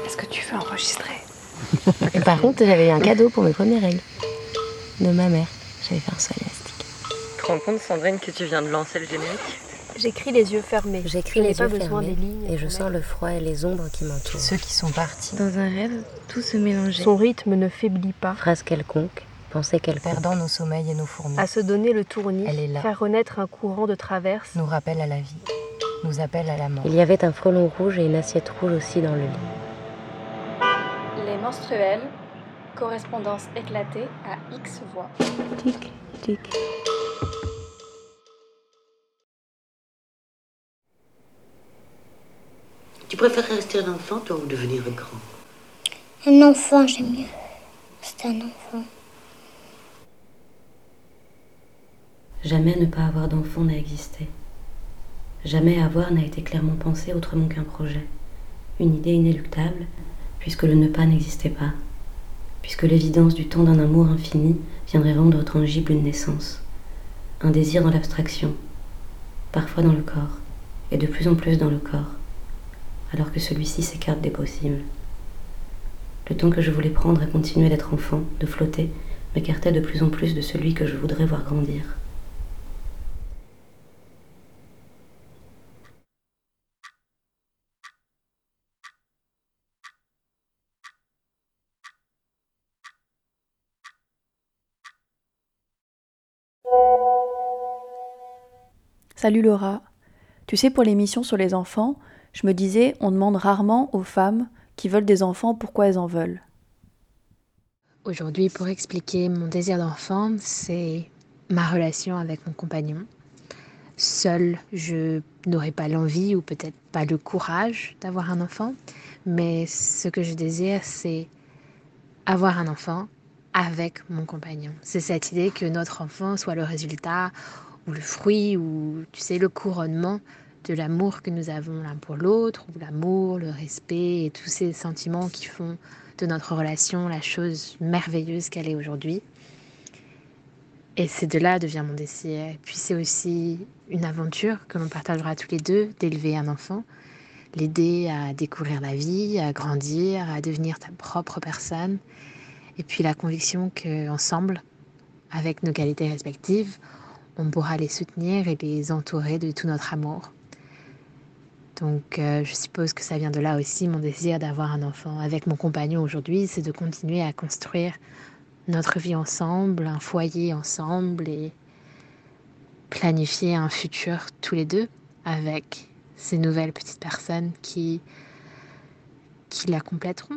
Est-ce que tu veux enregistrer? Et par contre, j'avais eu un cadeau pour mes premières règles de ma mère. J'avais fait un saut élastique. Tu te rends compte, Sandrine, que tu viens de lancer le générique? J'écris les yeux fermés. J'écris les yeux fermés et je sens le froid et les ombres qui m'entourent. Ceux qui sont partis. Dans un rêve, tout se mélangeait. Son rythme ne faiblit pas. Phrase quelconque, pensée quelconque. Perdant nos sommeils et nos fourmis. À se donner le tournis, Elle est là. faire renaître un courant de traverse. Nous rappelle à la vie. Nous appelle à la mort. Il y avait un frelon rouge et une assiette rouge aussi dans le lit. Les menstruels, correspondance éclatée à X voix. Tic, tic. Tu préférerais rester un enfant, toi, ou devenir grand? Un enfant, j'aime mieux. C'est un enfant. Jamais ne pas avoir d'enfant n'a existé. Jamais avoir n'a été clairement pensé autrement qu'un projet, une idée inéluctable, puisque le ne pas n'existait pas, puisque l'évidence du temps d'un amour infini viendrait rendre tangible une naissance, un désir dans l'abstraction, parfois dans le corps, et de plus en plus dans le corps, alors que celui-ci s'écarte des possibles. Le temps que je voulais prendre à continuer d'être enfant, de flotter, m'écartait de plus en plus de celui que je voudrais voir grandir. Salut Laura. Tu sais, pour l'émission sur les enfants, je me disais, on demande rarement aux femmes qui veulent des enfants pourquoi elles en veulent. Aujourd'hui, pour expliquer mon désir d'enfant, c'est ma relation avec mon compagnon. Seule, je n'aurais pas l'envie ou peut-être pas le courage d'avoir un enfant, mais ce que je désire, c'est avoir un enfant avec mon compagnon. C'est cette idée que notre enfant soit le résultat ou le fruit ou, tu sais, le couronnement de l'amour que nous avons l'un pour l'autre, ou l'amour, le respect et tous ces sentiments qui font de notre relation la chose merveilleuse qu'elle est aujourd'hui. Et c'est de là devient mon désir. Et puis c'est aussi une aventure que l'on partagera tous les deux, d'élever un enfant, l'aider à découvrir la vie, à grandir, à devenir ta propre personne. Et puis la conviction qu'ensemble, avec nos qualités respectives, on pourra les soutenir et les entourer de tout notre amour. Donc je suppose que ça vient de là aussi, mon désir d'avoir un enfant. Avec mon compagnon aujourd'hui, c'est de continuer à construire notre vie ensemble, un foyer ensemble et planifier un futur tous les deux avec ces nouvelles petites personnes qui la compléteront.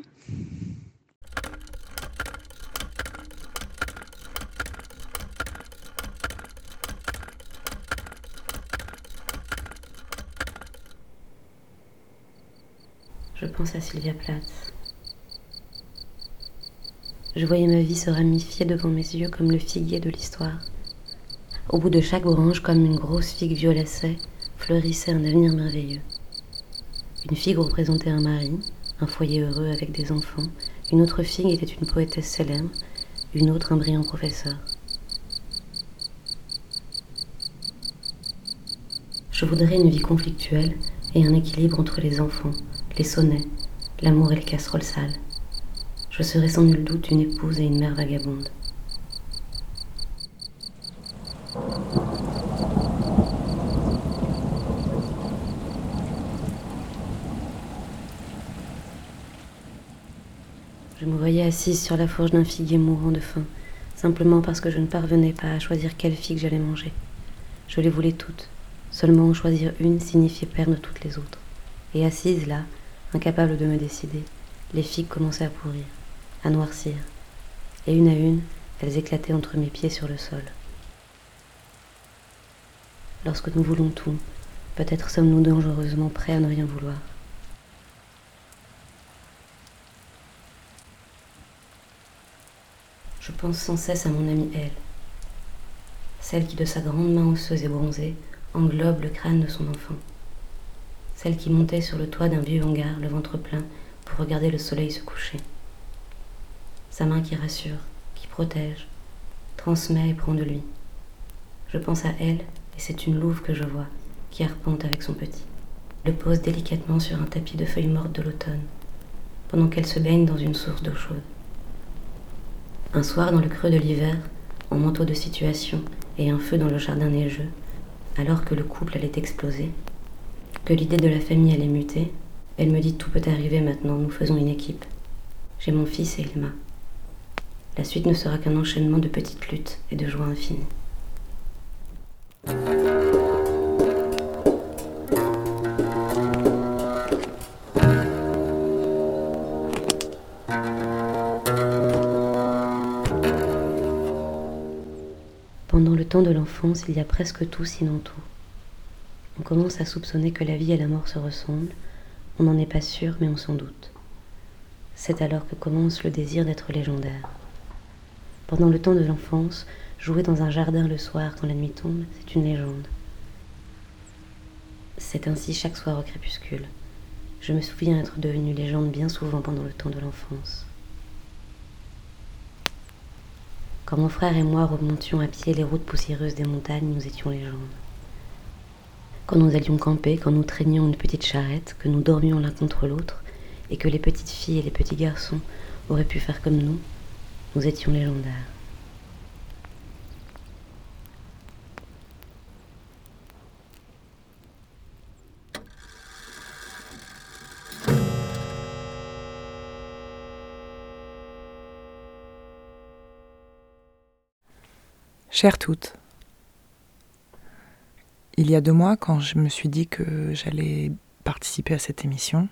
Je pense à Sylvia Plath. Je voyais ma vie se ramifier devant mes yeux comme le figuier de l'histoire. Au bout de chaque branche, comme une grosse figue violacée, fleurissait un avenir merveilleux. Une figue représentait un mari, un foyer heureux avec des enfants. Une autre figue était une poétesse célèbre, une autre un brillant professeur. Je voudrais une vie conflictuelle et un équilibre entre les enfants, les sonnets, l'amour et les casseroles sales. Je serais sans nul doute une épouse et une mère vagabonde. Je me voyais assise sur la fourche d'un figuier mourant de faim, simplement parce que je ne parvenais pas à choisir quelle figue j'allais manger. Je les voulais toutes. Seulement en choisir une signifiait perdre toutes les autres. Et assise là, incapable de me décider, les figues commençaient à pourrir, à noircir. Et une à une, elles éclataient entre mes pieds sur le sol. Lorsque nous voulons tout, peut-être sommes-nous dangereusement prêts à ne rien vouloir. Je pense sans cesse à mon amie Elle, celle qui de sa grande main osseuse et bronzée englobe le crâne de son enfant, celle qui montait sur le toit d'un vieux hangar, le ventre plein, pour regarder le soleil se coucher. Sa main qui rassure, qui protège, transmet et prend de lui. Je pense à elle, et c'est une louve que je vois, qui arpente avec son petit. Le pose délicatement sur un tapis de feuilles mortes de l'automne. pendant qu'elle se baigne dans une source d'eau chaude. Un soir, dans le creux de l'hiver, en manteau de situation et un feu dans le jardin neigeux, alors que le couple allait exploser, que l'idée de la famille allait muter, elle me dit « Tout peut arriver maintenant, nous faisons une équipe. J'ai mon fils et Ilma. La suite ne sera qu'un enchaînement de petites luttes et de joie infinie. » Pendant le temps de l'enfance, il y a presque tout, sinon tout. On commence à soupçonner que la vie et la mort se ressemblent. On n'en est pas sûr, mais on s'en doute. C'est alors que commence le désir d'être légendaire. Pendant le temps de l'enfance, jouer dans un jardin le soir quand la nuit tombe, c'est une légende. C'est ainsi chaque soir au crépuscule. Je me souviens être devenue légende bien souvent pendant le temps de l'enfance. Quand mon frère et moi remontions à pied les routes poussiéreuses des montagnes, nous étions légendes. Quand nous allions camper, quand nous traînions une petite charrette, que nous dormions l'un contre l'autre, et que les petites filles et les petits garçons auraient pu faire comme nous étions légendaires. Chères toutes, il y a 2 mois, quand je me suis dit que j'allais participer à cette émission,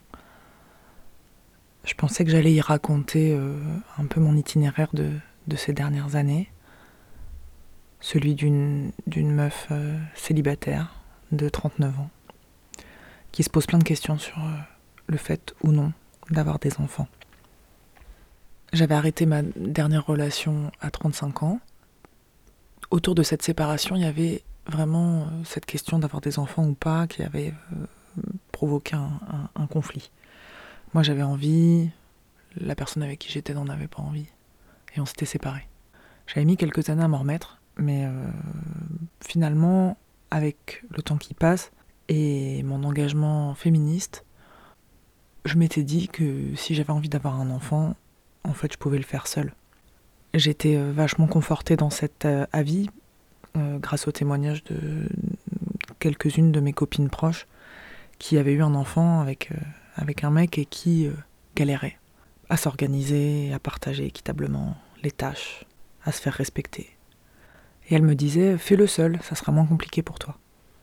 je pensais que j'allais y raconter un peu mon itinéraire de ces dernières années, celui d'une meuf célibataire de 39 ans, qui se pose plein de questions sur le fait ou non d'avoir des enfants. J'avais arrêté ma dernière relation à 35 ans. Autour de cette séparation, il y avait vraiment cette question d'avoir des enfants ou pas qui avait provoqué un conflit. Moi j'avais envie, la personne avec qui j'étais n'en avait pas envie, et on s'était séparés. J'avais mis quelques années à m'en remettre, mais finalement, avec le temps qui passe et mon engagement féministe, je m'étais dit que si j'avais envie d'avoir un enfant, en fait je pouvais le faire seule. J'étais vachement confortée dans cet avis grâce au témoignage de quelques-unes de mes copines proches qui avaient eu un enfant avec un mec et qui galérait à s'organiser, à partager équitablement les tâches, à se faire respecter. Et elle me disait « Fais-le seul, ça sera moins compliqué pour toi ».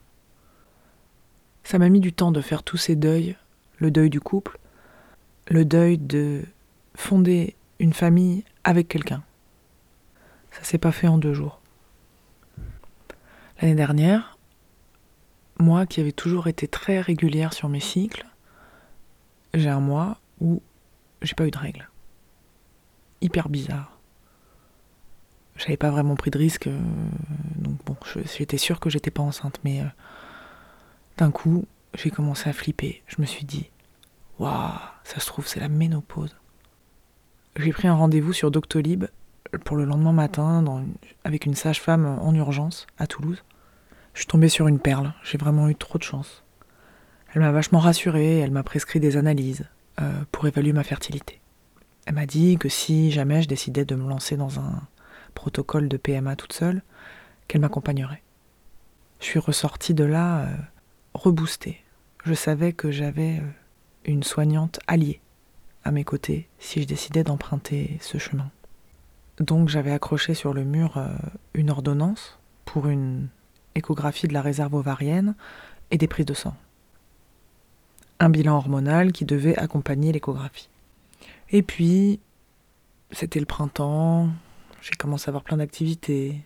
Ça m'a mis du temps de faire tous ces deuils, le deuil du couple, le deuil de fonder une famille avec quelqu'un. Ça s'est pas fait en 2 jours. L'année dernière, moi qui avais toujours été très régulière sur mes cycles, j'ai un mois où j'ai pas eu de règles. Hyper bizarre. J'avais pas vraiment pris de risque, donc bon, j'étais sûre que j'étais pas enceinte, mais d'un coup, j'ai commencé à flipper. Je me suis dit, waouh, ça se trouve, c'est la ménopause. J'ai pris un rendez-vous sur Doctolib pour le lendemain matin avec une sage-femme en urgence à Toulouse. Je suis tombée sur une perle, j'ai vraiment eu trop de chance. Elle m'a vachement rassurée, elle m'a prescrit des analyses pour évaluer ma fertilité. Elle m'a dit que si jamais je décidais de me lancer dans un protocole de PMA toute seule, qu'elle m'accompagnerait. Je suis ressortie de là reboostée. Je savais que j'avais une soignante alliée à mes côtés si je décidais d'emprunter ce chemin. Donc j'avais accroché sur le mur une ordonnance pour une échographie de la réserve ovarienne et des prises de sang. Un bilan hormonal qui devait accompagner l'échographie. Et puis, c'était le printemps, j'ai commencé à avoir plein d'activités.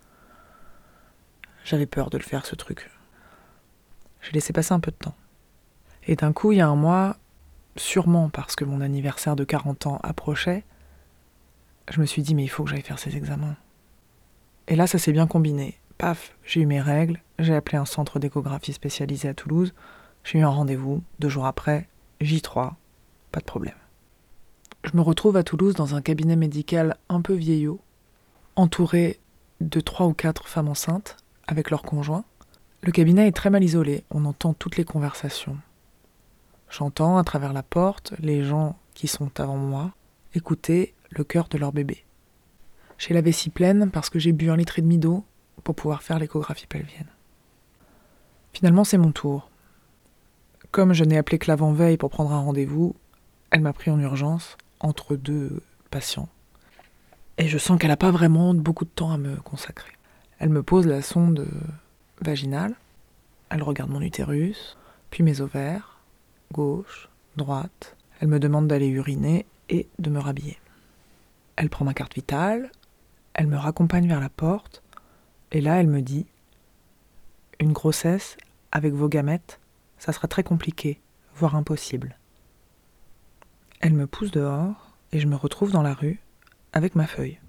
J'avais peur de le faire, ce truc. J'ai laissé passer un peu de temps. Et d'un coup, il y a un mois, sûrement parce que mon anniversaire de 40 ans approchait, je me suis dit, mais il faut que j'aille faire ces examens. Et là, ça s'est bien combiné. Paf, j'ai eu mes règles, j'ai appelé un centre d'échographie spécialisé à Toulouse, j'ai eu un rendez-vous, 2 jours après, J3, pas de problème. Je me retrouve à Toulouse dans un cabinet médical un peu vieillot, entouré de 3 ou 4 femmes enceintes, avec leurs conjoints. Le cabinet est très mal isolé, on entend toutes les conversations. J'entends à travers la porte les gens qui sont avant moi écouter le cœur de leur bébé. J'ai la vessie pleine parce que j'ai bu 1,5 litre d'eau pour pouvoir faire l'échographie pelvienne. Finalement, c'est mon tour. Comme je n'ai appelé que l'avant-veille pour prendre un rendez-vous, elle m'a pris en urgence entre 2 patients. Et je sens qu'elle n'a pas vraiment beaucoup de temps à me consacrer. Elle me pose la sonde vaginale, elle regarde mon utérus, puis mes ovaires, gauche, droite. Elle me demande d'aller uriner et de me rhabiller. Elle prend ma carte vitale, elle me raccompagne vers la porte, et là elle me dit « Une grossesse avec vos gamètes, ça sera très compliqué, voire impossible. » Elle me pousse dehors et je me retrouve dans la rue avec ma feuille.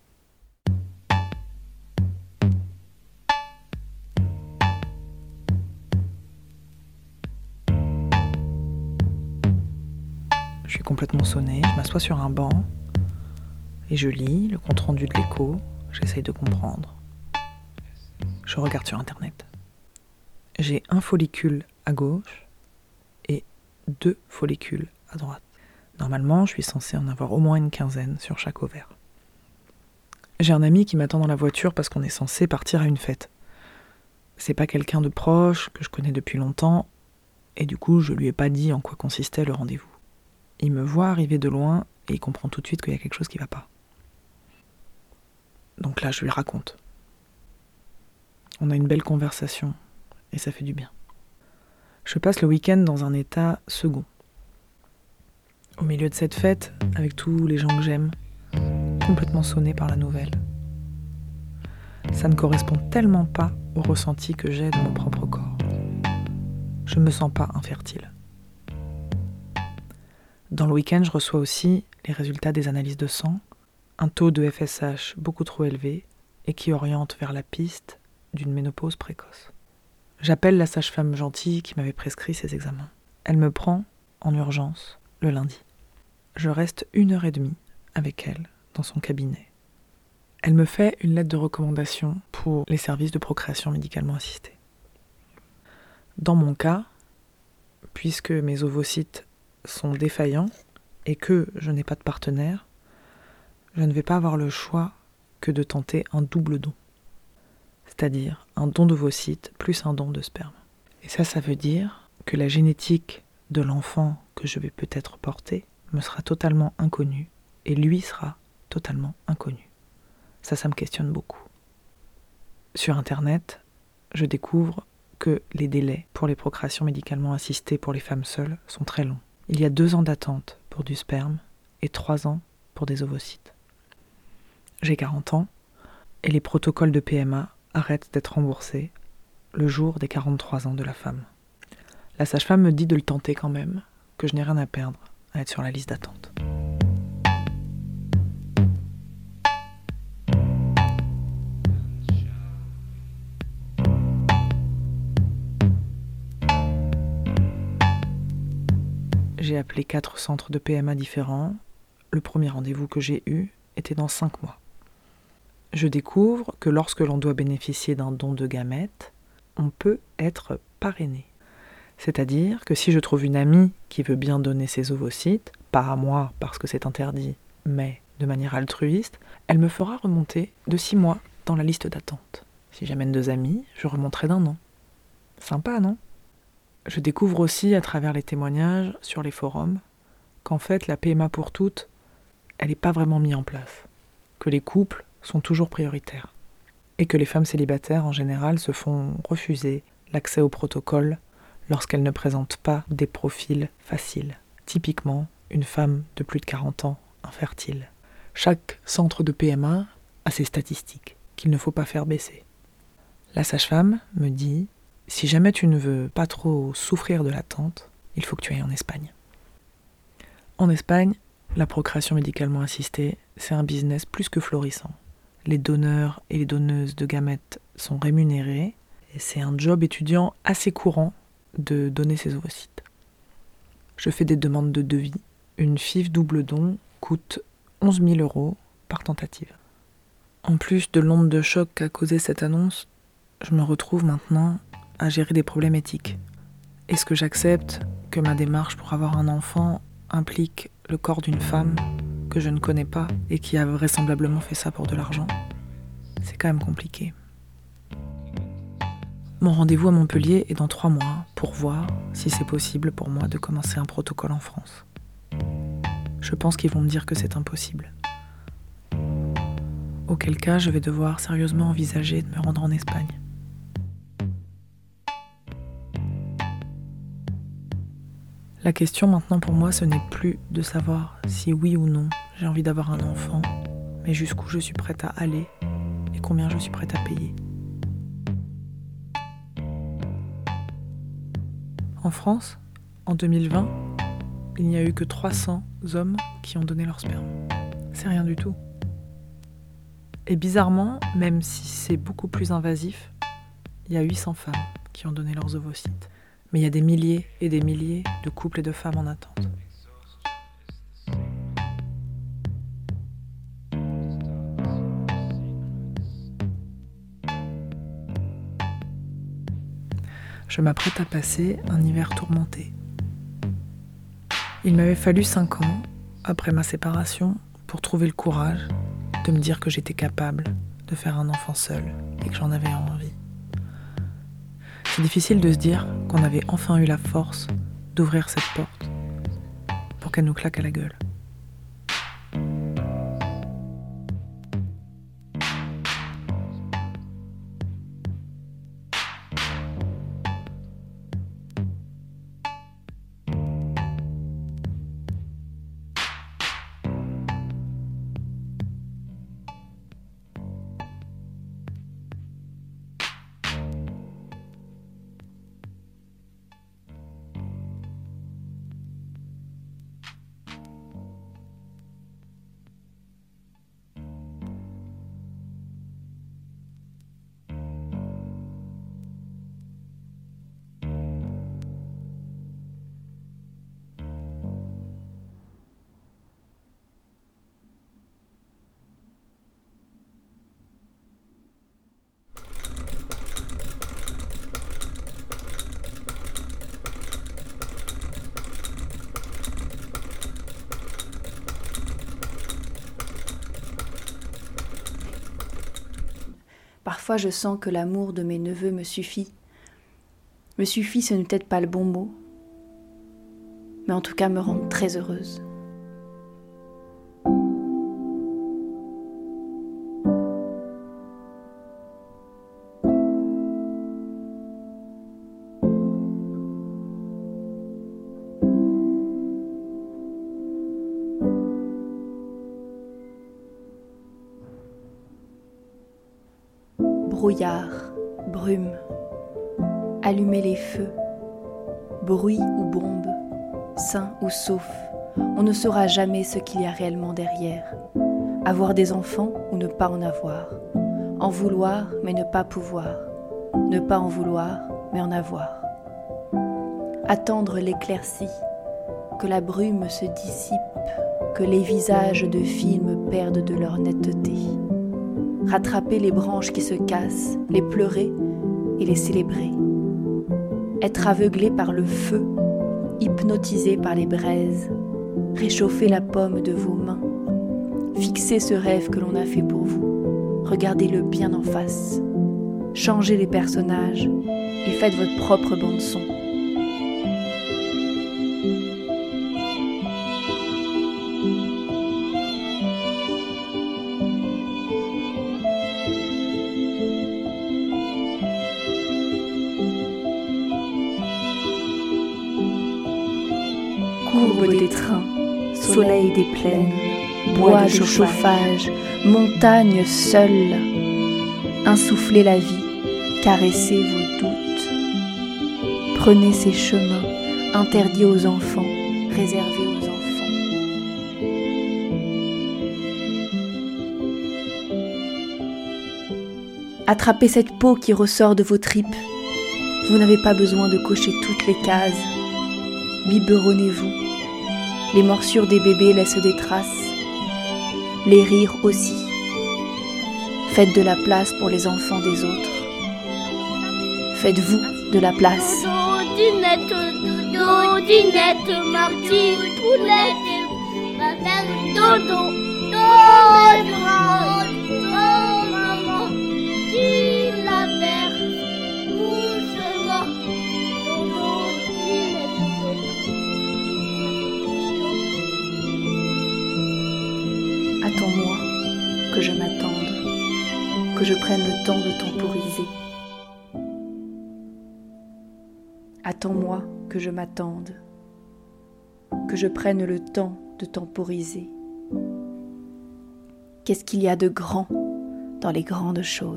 Je suis complètement sonnée, je m'assois sur un banc et je lis le compte-rendu de l'écho, j'essaye de comprendre. Je regarde sur internet. J'ai 1 follicule à gauche et 2 follicules à droite. Normalement, je suis censée en avoir au moins une 15aine sur chaque ovaire. J'ai un ami qui m'attend dans la voiture parce qu'on est censé partir à une fête. C'est pas quelqu'un de proche, que je connais depuis longtemps, et du coup, je lui ai pas dit en quoi consistait le rendez-vous. Il me voit arriver de loin et il comprend tout de suite qu'il y a quelque chose qui va pas. Donc là, je lui raconte. On a une belle conversation et ça fait du bien. Je passe le week-end dans un état second. Au milieu de cette fête, avec tous les gens que j'aime, complètement sonné par la nouvelle. Ça ne correspond tellement pas au ressenti que j'ai de mon propre corps. Je me sens pas infertile. Dans le week-end, je reçois aussi les résultats des analyses de sang, un taux de FSH beaucoup trop élevé et qui oriente vers la piste d'une ménopause précoce. J'appelle la sage-femme gentille qui m'avait prescrit ces examens. Elle me prend en urgence le lundi. Je reste 1h30 avec elle dans son cabinet. Elle me fait une lettre de recommandation pour les services de procréation médicalement assistée. Dans mon cas, puisque mes ovocytes sont défaillants et que je n'ai pas de partenaire, je ne vais pas avoir le choix que de tenter un double don. C'est-à-dire un don d'ovocytes plus un don de sperme. Et ça veut dire que la génétique de l'enfant que je vais peut-être porter me sera totalement inconnue et lui sera totalement inconnu. Ça me questionne beaucoup. Sur Internet, je découvre que les délais pour les procréations médicalement assistées pour les femmes seules sont très longs. Il y a 2 ans d'attente pour du sperme et 3 ans pour des ovocytes. J'ai 40 ans et les protocoles de PMA arrêtent d'être remboursés le jour des 43 ans de la femme. La sage-femme me dit de le tenter quand même, que je n'ai rien à perdre à être sur la liste d'attente. J'ai appelé 4 centres de PMA différents. Le premier rendez-vous que j'ai eu était dans 5 mois. Je découvre que lorsque l'on doit bénéficier d'un don de gamètes, on peut être parrainé. C'est-à-dire que si je trouve une amie qui veut bien donner ses ovocytes, pas à moi parce que c'est interdit, mais de manière altruiste, elle me fera remonter de 6 mois dans la liste d'attente. Si j'amène 2 amis, je remonterai d'1 an. Sympa, non ? Je découvre aussi à travers les témoignages sur les forums qu'en fait la PMA pour toutes, elle n'est pas vraiment mise en place. Que les couples sont toujours prioritaires. Et que les femmes célibataires en général se font refuser l'accès au protocole lorsqu'elles ne présentent pas des profils faciles. Typiquement, une femme de plus de 40 ans infertile. Chaque centre de PMA a ses statistiques qu'il ne faut pas faire baisser. La sage-femme me dit « Si jamais tu ne veux pas trop souffrir de l'attente, il faut que tu ailles en Espagne. » En Espagne, la procréation médicalement assistée, c'est un business plus que florissant. Les donneurs et les donneuses de gamètes sont rémunérés et c'est un job étudiant assez courant de donner ses ovocytes. Je fais des demandes de devis. Une FIV double don coûte 11 000 € par tentative. En plus de l'onde de choc qu'a causé cette annonce, je me retrouve maintenant à gérer des problèmes éthiques. Est-ce que j'accepte que ma démarche pour avoir un enfant implique le corps d'une femme que je ne connais pas et qui a vraisemblablement fait ça pour de l'argent, c'est quand même compliqué. Mon rendez-vous à Montpellier est dans 3 mois pour voir si c'est possible pour moi de commencer un protocole en France. Je pense qu'ils vont me dire que c'est impossible. Auquel cas, je vais devoir sérieusement envisager de me rendre en Espagne. La question maintenant pour moi, ce n'est plus de savoir si oui ou non j'ai envie d'avoir un enfant, mais jusqu'où je suis prête à aller et combien je suis prête à payer. En France, en 2020, il n'y a eu que 300 hommes qui ont donné leur sperme. C'est rien du tout. Et bizarrement, même si c'est beaucoup plus invasif, il y a 800 femmes qui ont donné leurs ovocytes. Mais il y a des milliers et des milliers de couples et de femmes en attente. Je m'apprête à passer un hiver tourmenté. Il m'avait fallu 5 ans, après ma séparation, pour trouver le courage de me dire que j'étais capable de faire un enfant seul et que j'en avais envie. C'est difficile de se dire qu'on avait enfin eu la force d'ouvrir cette porte pour qu'elle nous claque à la gueule. Parfois, je sens que l'amour de mes neveux me suffit. Me suffit, ce n'est peut-être pas le bon mot, mais en tout cas me rend très heureuse. Brouillard, brume, allumer les feux, bruit ou bombe, sain ou sauf, on ne saura jamais ce qu'il y a réellement derrière. Avoir des enfants ou ne pas en avoir, en vouloir mais ne pas pouvoir, ne pas en vouloir mais en avoir. Attendre l'éclaircie, que la brume se dissipe, que les visages de films perdent de leur netteté. Rattraper les branches qui se cassent, les pleurer et les célébrer. Être aveuglé par le feu, hypnotisé par les braises, réchauffer la paume de vos mains, fixer ce rêve que l'on a fait pour vous, regardez-le bien en face, changez les personnages et faites votre propre bande-son. Courbe des trains, soleil des plaines, bois de chauffage, montagne seule. Insufflez la vie, caressez vos doutes. Prenez ces chemins, interdits aux enfants, réservés aux enfants. Attrapez cette peau qui ressort de vos tripes. Vous n'avez pas besoin de cocher toutes les cases. Biberonnez-vous. Les morsures des bébés laissent des traces. Les rires aussi. Faites de la place pour les enfants des autres. Faites-vous de la place. Dodinette, Marty, Poulette, Dodo, Dodo, maman, qui la berce doucement. Dodo, Attends-moi, que je m'attende, que je prenne le temps de temporiser. Attends-moi que je m'attende, que je prenne le temps de temporiser. Qu'est-ce qu'il y a de grand dans les grandes choses ?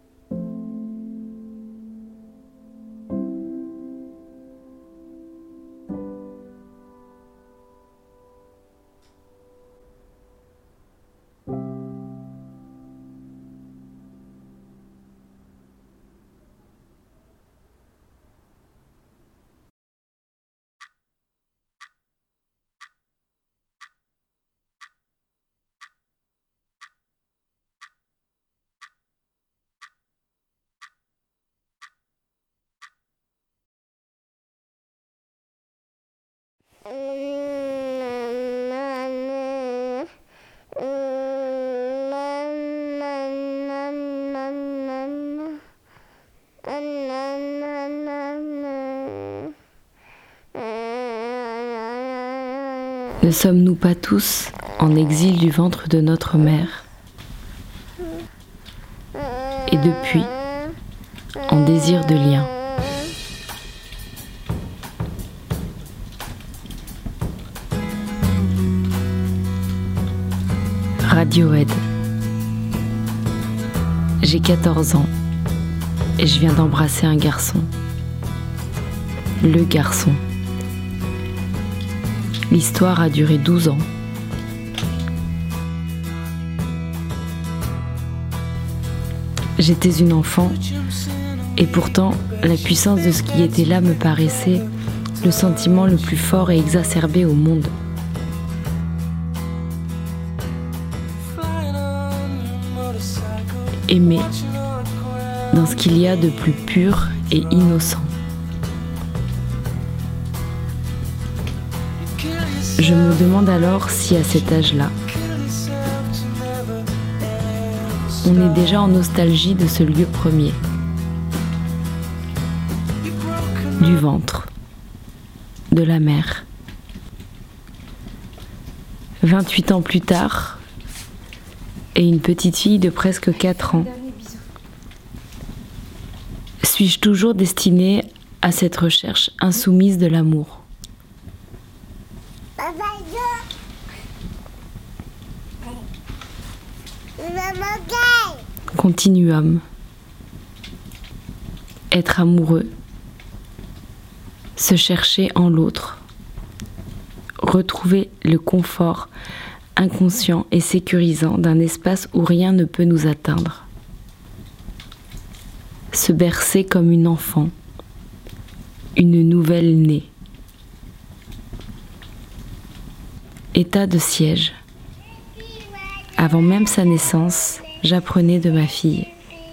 Ne sommes-nous pas tous en exil du ventre de notre mère ? Et depuis, en désir de lien. Radiohead. J'ai 14 ans et je viens d'embrasser un garçon. Le garçon. L'histoire a duré 12 ans. J'étais une enfant et pourtant la puissance de ce qui était là me paraissait le sentiment le plus fort et exacerbé au monde. Aimer dans ce qu'il y a de plus pur et innocent. Je me demande alors si à cet âge-là, on est déjà en nostalgie de ce lieu premier, du ventre, de la mère. 28 ans plus tard, et une petite fille de presque 4 ans. Suis-je toujours destinée à cette recherche insoumise de l'amour ? Continuum. Être amoureux. Se chercher en l'autre. Retrouver le confort inconscient et sécurisant d'un espace où rien ne peut nous atteindre. Se bercer comme une enfant, une nouvelle née. État de siège. Avant même sa naissance, j'apprenais de ma fille.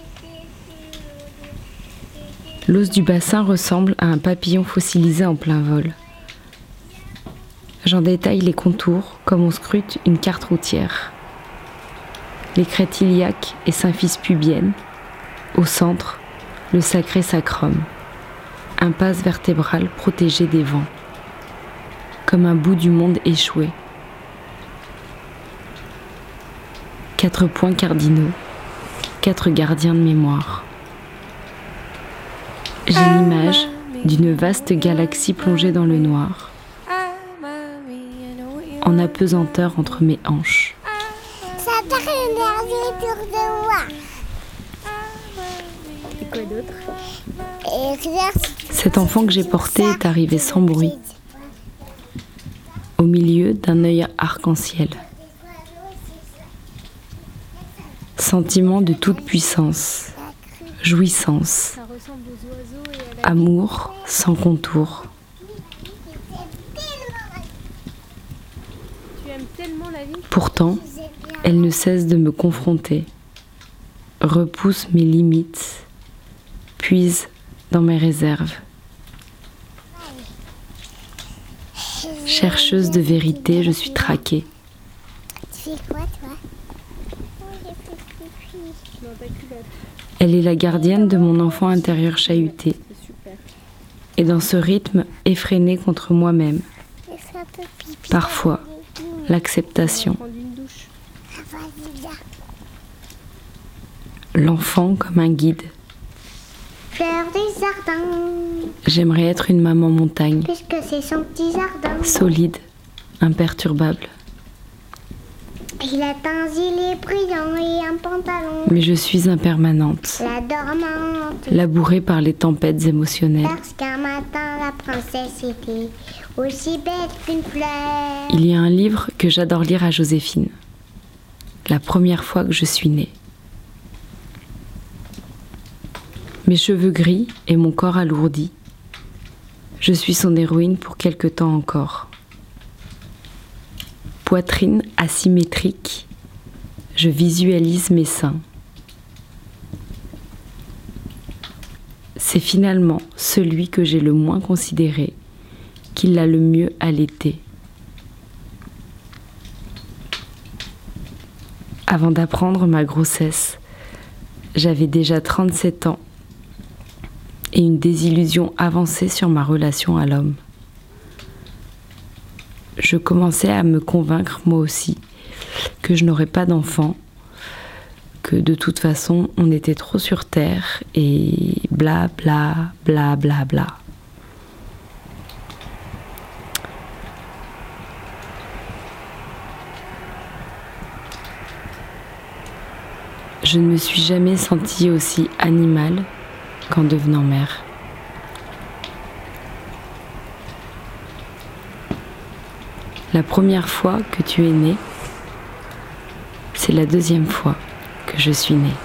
L'os du bassin ressemble à un papillon fossilisé en plein vol. J'en détaille les contours comme on scrute une carte routière. Les crêtes iliaques et symphyses pubiennes. Au centre, le sacré sacrum. Impasse vertébrale protégée des vents. Comme un bout du monde échoué. 4 points cardinaux. 4 gardiens de mémoire. J'ai l'image d'une vaste galaxie plongée dans le noir. En apesanteur entre mes hanches. Ça t'a énervé autour de moi. Et quoi d'autre? Cet enfant que j'ai porté est arrivé sans bruit, au milieu d'un œil arc-en-ciel. Sentiment de toute puissance, jouissance, amour sans contour. Pourtant, elle ne cesse de me confronter, repousse mes limites, puise dans mes réserves. Chercheuse de vérité, je suis traquée. C'est quoi, toi? J'ai fait pipi. Elle est la gardienne de mon enfant intérieur chahuté. Et dans ce rythme effréné contre moi-même, parfois, l'acceptation. Vas-y, viens. L'enfant comme un guide. Fleur du jardin, J'aimerais être une maman montagne, puisque c'est son petit jardin. solide, imperturbable. Il a un gilet brillant et un pantalon. Mais je suis impermanente, La dormante. labourée par les tempêtes émotionnelles. Parce qu'un matin, la princesse était aussi bête qu'une fleur. Il y a un livre que j'adore lire à Joséphine. La première fois que je suis née. Mes cheveux gris et mon corps alourdi. Je suis son héroïne pour quelque temps encore. Poitrine asymétrique, je visualise mes seins. C'est finalement celui que j'ai le moins considéré, qui l'a le mieux allaité. Avant d'apprendre ma grossesse, j'avais déjà 37 ans et une désillusion avancée sur ma relation à l'homme. Je commençais à me convaincre moi aussi que je n'aurais pas d'enfant, que de toute façon on était trop sur terre et bla bla bla bla bla. Je ne me suis jamais sentie aussi animale qu'en devenant mère. La première fois que tu es née, c'est la deuxième fois que je suis née.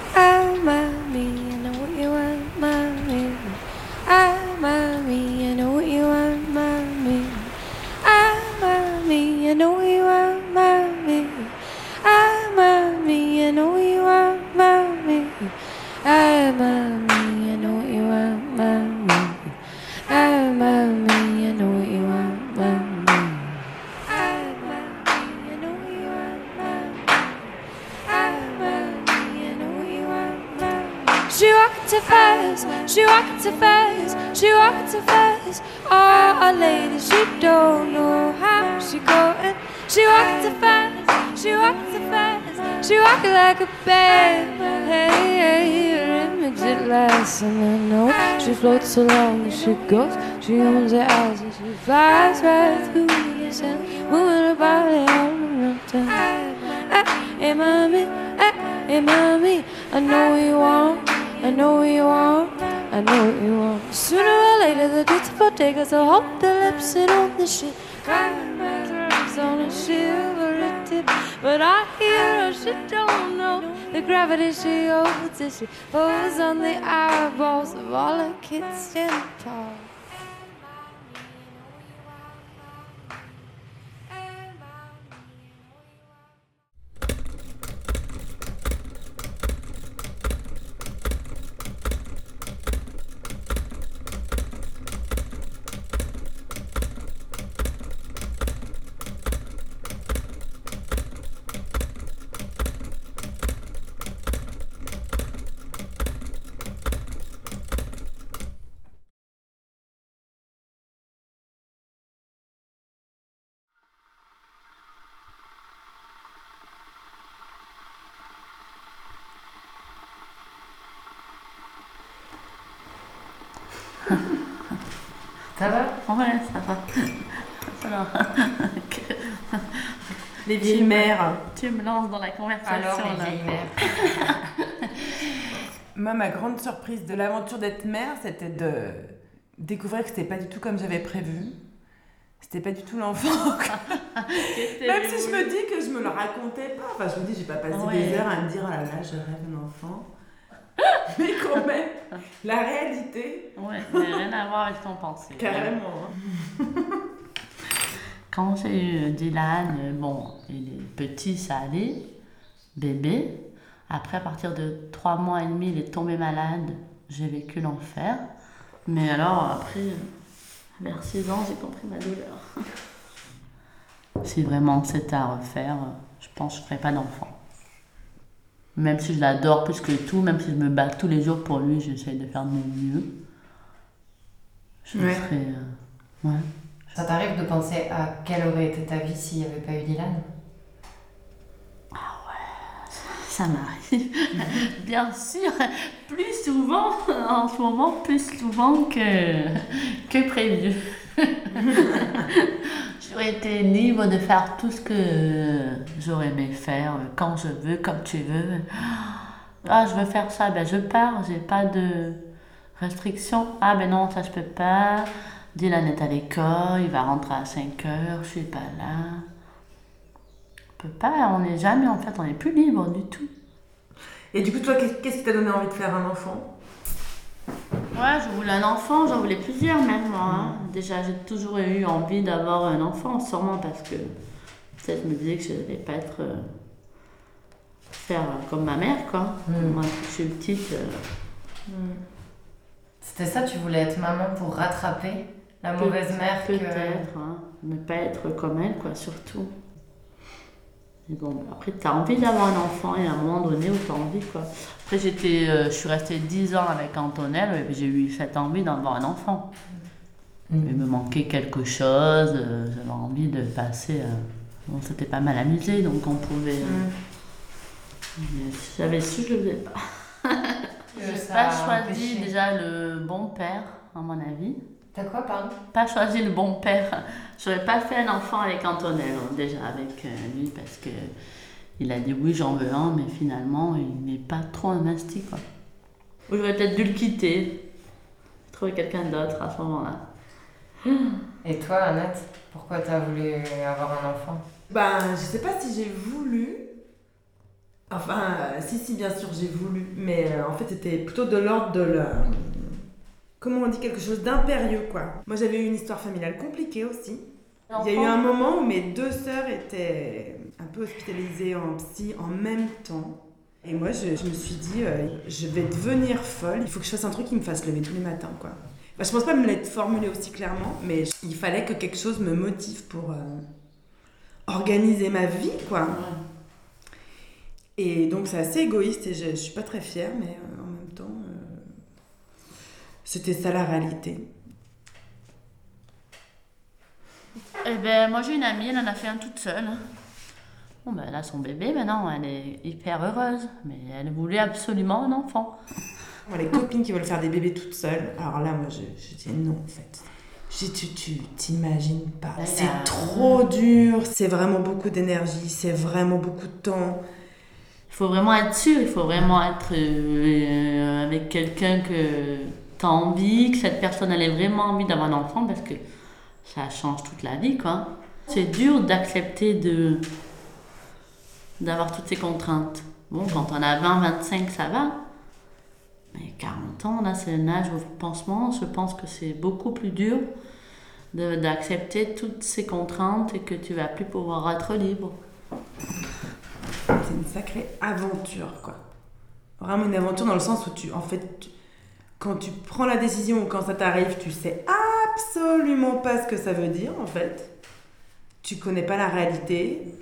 She walked too fast, she walked too fast, she walked too fast. Oh, a lady, she don't know how she going. She walked too fast, she walked too fast, she walked like a babe. Hey, hey, her image it lasts, and I know she floats along as she goes. She owns her eyes and she flies right through the sand, moving her body all around town. Hey, mommy, hey, mommy, I know what you want. I know what you want, I know what you want. Sooner or later the beautiful take us to hold their lips and on the shit. Lips on a shivery tip. But I hear her, she don't know the gravity she holds as she pulls on the eyeballs of all her kids standing tall. Ça va? Ouais, ça va. Alors, les vieilles mères. Tu me lances dans la conversation. Alors, les là. vieilles mères. Moi, ma grande surprise de l'aventure d'être mère, c'était de découvrir que c'était pas du tout comme j'avais prévu. C'était pas du tout l'enfant. Même si je me dis que je me le racontais pas. Enfin, je me dis, j'ai pas passé des heures à me dire, oh là là, je rêve d'un enfant. Mais quand même, la réalité. Ouais, ça n'a rien à voir avec ton pensée. Carrément. Quand j'ai eu Dylan, bon, il est petit, ça allait, bébé. Après, à partir de 3 mois et demi, il est tombé malade. J'ai vécu l'enfer. Mais alors, après, vers 6 ans, j'ai compris ma douleur. Si vraiment c'était à refaire, je pense que je ferai pas d'enfant. Même si je l'adore plus que tout, même si je me bats tous les jours pour lui, j'essaie de faire de mon mieux. Je ferai... ouais. Ça t'arrive de penser à quelle aurait été ta vie s'il n'y avait pas eu Dylan ? Ça m'arrive, bien sûr, plus souvent, en ce moment, plus souvent que prévu. J'aurais été libre de faire tout ce que j'aurais aimé faire, quand je veux, comme tu veux. Ah, je veux faire ça, ben je pars, j'ai pas de restrictions. Ah ben non, ça je peux pas. Dylan est à l'école, il va rentrer à 5 heures, je suis pas là. On peut pas, on n'est jamais, en fait, on n'est plus libre du tout. Et du coup, toi, qu'est-ce qui t'a donné envie de faire un enfant ? Ouais, je voulais un enfant, j'en voulais plusieurs même, moi. Hein. Déjà, j'ai toujours eu envie d'avoir un enfant, sûrement parce que peut-être je me disais que je n'allais pas faire comme ma mère, quoi. Moi, quand je suis petite... C'était ça, tu voulais être maman pour rattraper la mauvaise mère Peut-être, hein. Ne pas être comme elle, quoi, surtout. Et bon, après, tu as envie d'avoir un enfant et à un moment donné où tu as envie, quoi. Après, je suis restée 10 ans avec Antonelle et j'ai eu cette envie d'avoir un enfant. Il me manquait quelque chose, j'avais envie de passer... Bon, c'était pas mal amusé, donc on pouvait... Mais si j'avais su, je le faisais pas. Je n'ai pas choisi déjà le bon père, à mon avis. T'as quoi, pardon ? Pas choisi le bon père. Je n'aurais pas fait un enfant avec Antonelle, déjà avec lui, parce que il a dit oui, j'en veux un, mais finalement, il n'est pas trop investi, quoi. Ou j'aurais peut-être dû le quitter, trouver quelqu'un d'autre à ce moment-là. Et toi, Annette, pourquoi t'as voulu avoir un enfant ? Ben, je sais pas si j'ai voulu. Enfin, si, bien sûr, j'ai voulu. Mais en fait, c'était plutôt de l'ordre de la... Comment on dit, quelque chose d'impérieux, quoi. Moi, j'avais eu une histoire familiale compliquée aussi. Il y a eu un moment où mes 2 sœurs étaient un peu hospitalisées en psy en même temps. Et moi, je me suis dit, je vais devenir folle. Il faut que je fasse un truc qui me fasse lever tous les matins, quoi. Bah, je pense pas me l'être formulé aussi clairement, mais il fallait que quelque chose me motive pour organiser ma vie, quoi. Et donc, c'est assez égoïste et je suis pas très fière, mais en même temps... C'était ça la réalité. Eh ben, moi j'ai une amie, elle en a fait un toute seule. Bon, ben, elle a son bébé maintenant, elle est hyper heureuse, mais elle voulait absolument un enfant. Moi, les copines qui veulent faire des bébés toutes seules, alors là, moi je dis non en fait. Tu t'imagines pas. C'est trop dur, c'est vraiment beaucoup d'énergie, c'est vraiment beaucoup de temps. Il faut vraiment être sûr, il faut vraiment être avec quelqu'un que t'as envie, que cette personne elle ait vraiment envie d'avoir un enfant parce que ça change toute la vie, quoi. C'est dur d'accepter d'avoir toutes ces contraintes. Bon, quand on a 20, 25, ça va. Mais 40 ans, là, c'est un âge au pansement. Je pense que c'est beaucoup plus dur d'accepter toutes ces contraintes et que tu vas plus pouvoir être libre. C'est une sacrée aventure, quoi. Vraiment une aventure dans le sens où quand tu prends la décision ou quand ça t'arrive, tu sais absolument pas ce que ça veut dire, en fait. Tu connais pas la réalité.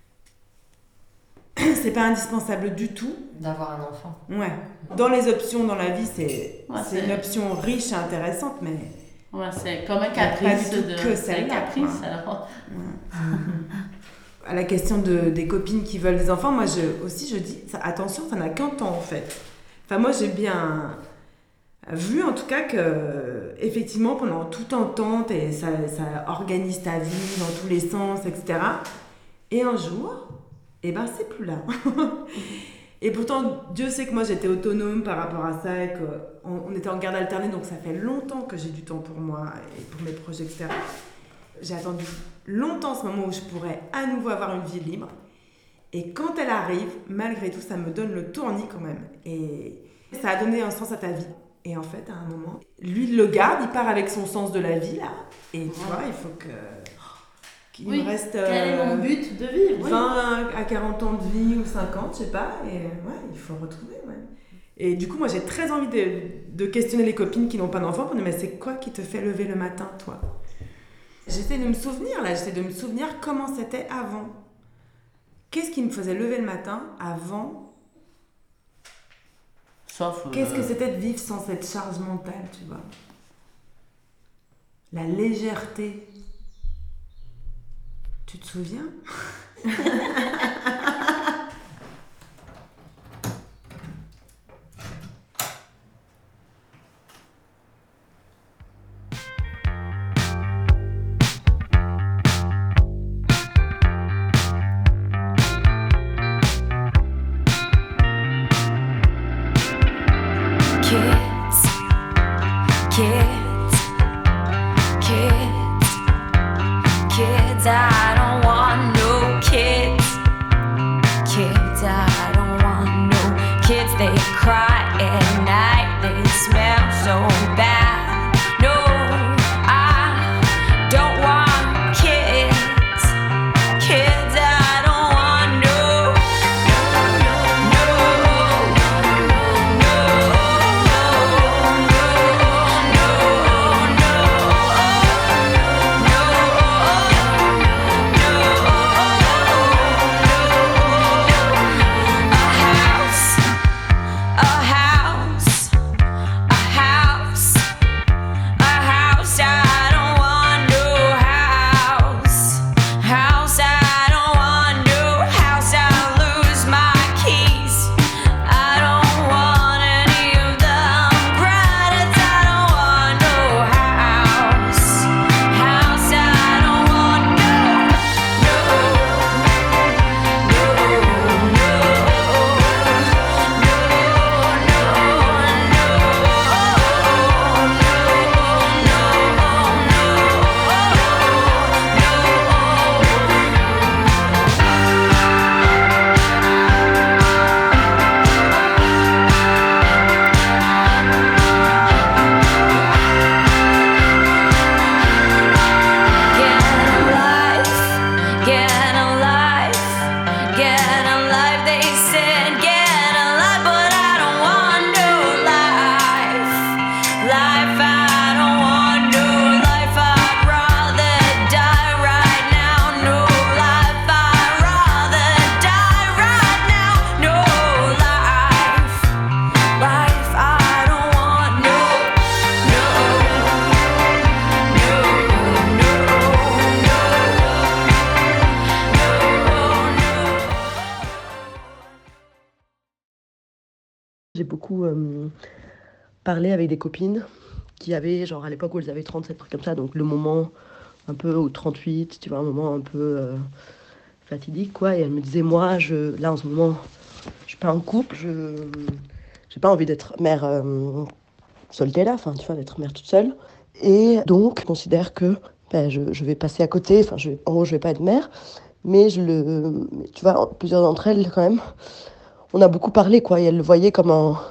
C'est pas indispensable du tout. D'avoir un enfant. Ouais. Dans les options dans la vie, c'est une option riche et intéressante, mais... Ouais, c'est comme un caprice. Pas du tout que celle-là. Caprice, alors. Ouais. À la question des copines qui veulent des enfants, moi je dis, attention, ça n'a qu'un temps, en fait. Enfin, moi, j'ai bien... vu en tout cas que effectivement pendant tout un temps ça organise ta vie dans tous les sens, etc. Et un jour, c'est plus là. Et pourtant Dieu sait que moi j'étais autonome par rapport à ça et qu'on était en garde alternée, donc ça fait longtemps que j'ai du temps pour moi et pour mes projets, etc. J'ai attendu longtemps ce moment où je pourrais à nouveau avoir une vie libre, et quand elle arrive, malgré tout, ça me donne le tournis quand même, et ça a donné un sens à ta vie. Et en fait, à un moment, lui, il le garde, il part avec son sens de la vie, là. Et tu vois, il faut qu'il me reste... Quel est mon but de vivre 20 à 40 ans de vie ou 50, je sais pas. Et ouais, il faut retrouver, ouais. Et du coup, moi, j'ai très envie de questionner les copines qui n'ont pas d'enfants pour dire, mais c'est quoi qui te fait lever le matin, toi ? J'essaie de me souvenir comment c'était avant. Qu'est-ce qui me faisait lever le matin avant? Sauf. Qu'est-ce que c'était de vivre sans cette charge mentale, tu vois? La légèreté. Tu te souviens? J'ai beaucoup parlé avec des copines qui avaient, genre à l'époque où elles avaient 37, trucs comme ça, donc le moment un peu, ou 38, tu vois, un moment un peu fatidique, quoi. Et elles me disaient, moi, là en ce moment, je suis pas en couple, j'ai pas envie d'être mère solitaire, enfin, tu vois, d'être mère toute seule. Et donc, je considère que je vais passer à côté, enfin, en gros, je vais pas être mère, mais tu vois, plusieurs d'entre elles, quand même, on a beaucoup parlé, quoi, et elles le voyaient comme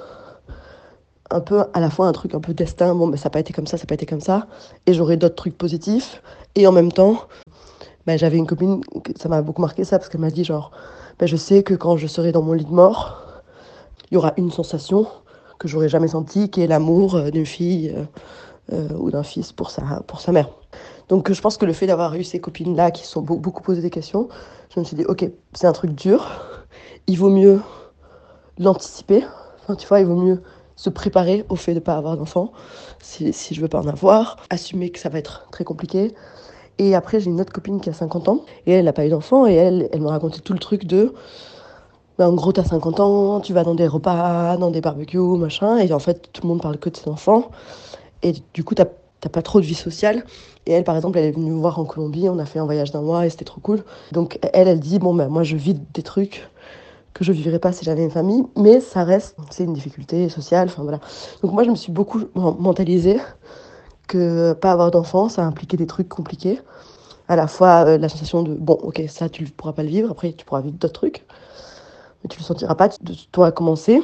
un peu, à la fois un truc un peu destin, bon, ça n'a pas été comme ça, et j'aurai d'autres trucs positifs, et en même temps, j'avais une copine, ça m'a beaucoup marqué ça, parce qu'elle m'a dit, genre, je sais que quand je serai dans mon lit de mort, il y aura une sensation que j'aurais jamais sentie, qui est l'amour d'une fille ou d'un fils pour sa mère. Donc je pense que le fait d'avoir eu ces copines-là qui se sont beaucoup posé des questions, je me suis dit, ok, c'est un truc dur, il vaut mieux l'anticiper, enfin, tu vois, il vaut mieux se préparer au fait de ne pas avoir d'enfant, si je veux pas en avoir, assumer que ça va être très compliqué. Et après, j'ai une autre copine qui a 50 ans, et elle n'a pas eu d'enfant, et elle me racontait tout le truc de... en gros, t'as 50 ans, tu vas dans des repas, dans des barbecues, machin, et en fait, tout le monde parle que de ses enfants, et du coup, t'as pas trop de vie sociale. Et elle, par exemple, elle est venue me voir en Colombie, on a fait un voyage d'1 mois, et c'était trop cool. Donc elle dit, moi, je vis des trucs que je vivrais pas si j'avais une famille, mais ça reste, c'est une difficulté sociale, enfin voilà. Donc moi, je me suis beaucoup mentalisée que pas avoir d'enfant, ça impliquait des trucs compliqués. À la fois la sensation de, bon, ok, ça, tu ne pourras pas le vivre, après, tu pourras vivre d'autres trucs, mais tu le sentiras pas de toi à commencer.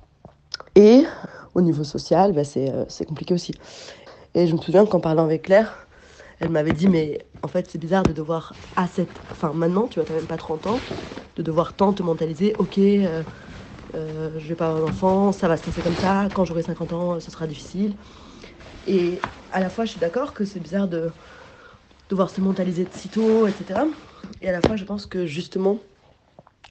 Et au niveau social, c'est compliqué aussi. Et je me souviens qu'en parlant avec Claire, elle m'avait dit, mais en fait, c'est bizarre de devoir, maintenant, tu vois, t'as même pas 30 ans, de devoir tant te mentaliser, ok, je vais pas avoir d'enfant, ça va se passer comme ça, quand j'aurai 50 ans, ce sera difficile. Et à la fois, je suis d'accord que c'est bizarre de devoir se mentaliser de si tôt, etc. Et à la fois, je pense que justement,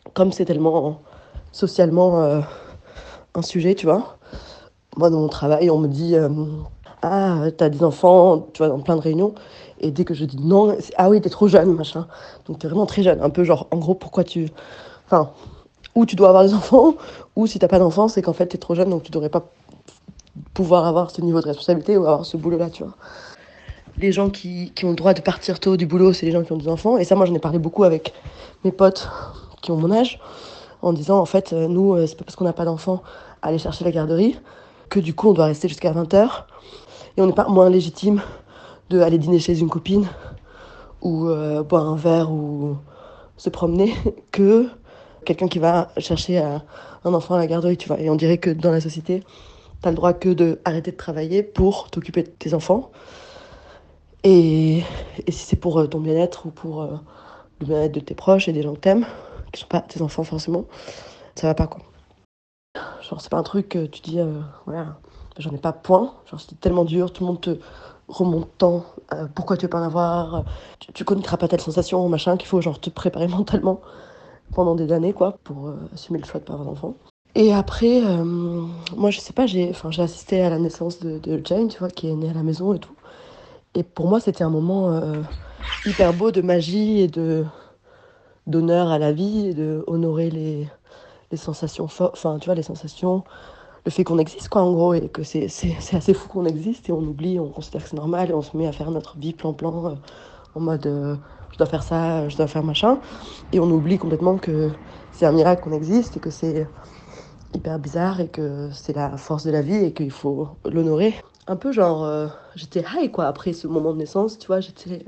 comme c'est tellement socialement un sujet, tu vois. Moi, dans mon travail, on me dit ah, t'as des enfants, tu vois, dans plein de réunions. Et dès que je dis non, ah oui, t'es trop jeune, machin. Donc t'es vraiment très jeune. Un peu genre, en gros, pourquoi tu... Enfin, ou tu dois avoir des enfants, ou si t'as pas d'enfants, c'est qu'en fait t'es trop jeune, donc tu devrais pas pouvoir avoir ce niveau de responsabilité ou avoir ce boulot-là, tu vois. Les gens qui ont le droit de partir tôt du boulot, c'est les gens qui ont des enfants. Et ça, moi, j'en ai parlé beaucoup avec mes potes qui ont mon âge, en disant, en fait, nous, c'est pas parce qu'on n'a pas d'enfants à aller chercher la garderie que du coup, on doit rester jusqu'à 20h. Et on n'est pas moins légitime d'aller dîner chez une copine ou boire un verre ou se promener que quelqu'un qui va chercher un enfant à la garderie, tu vois. Et on dirait que dans la société, t'as le droit que d'arrêter de travailler pour t'occuper de tes enfants. Et si c'est pour ton bien-être ou pour le bien-être de tes proches et des gens que t'aimes, qui sont pas tes enfants forcément, ça va pas, quoi. Genre, c'est pas un truc que tu dis, voilà, j'en ai pas point. Genre, c'est tellement dur, tout le monde te remonte tant, pourquoi tu veux pas en avoir, tu connaîtras pas telle sensation, machin, qu'il faut genre te préparer mentalement pendant des années, quoi, pour assumer le choix de pas avoir d'enfant. Et après, moi, je sais pas, j'ai assisté à la naissance de Jane, tu vois, qui est née à la maison et tout. Et pour moi, c'était un moment hyper beau de magie et d'honneur à la vie et de honorer les sensations fortes, enfin, tu vois, les sensations, le fait qu'on existe, quoi, en gros, et que c'est assez fou qu'on existe et on oublie, on considère que c'est normal et on se met à faire notre vie plan-plan en mode je dois faire ça, je dois faire machin. Et on oublie complètement que c'est un miracle qu'on existe et que c'est hyper bizarre et que c'est la force de la vie et qu'il faut l'honorer. Un peu genre, j'étais high, quoi, après ce moment de naissance, tu vois, j'étais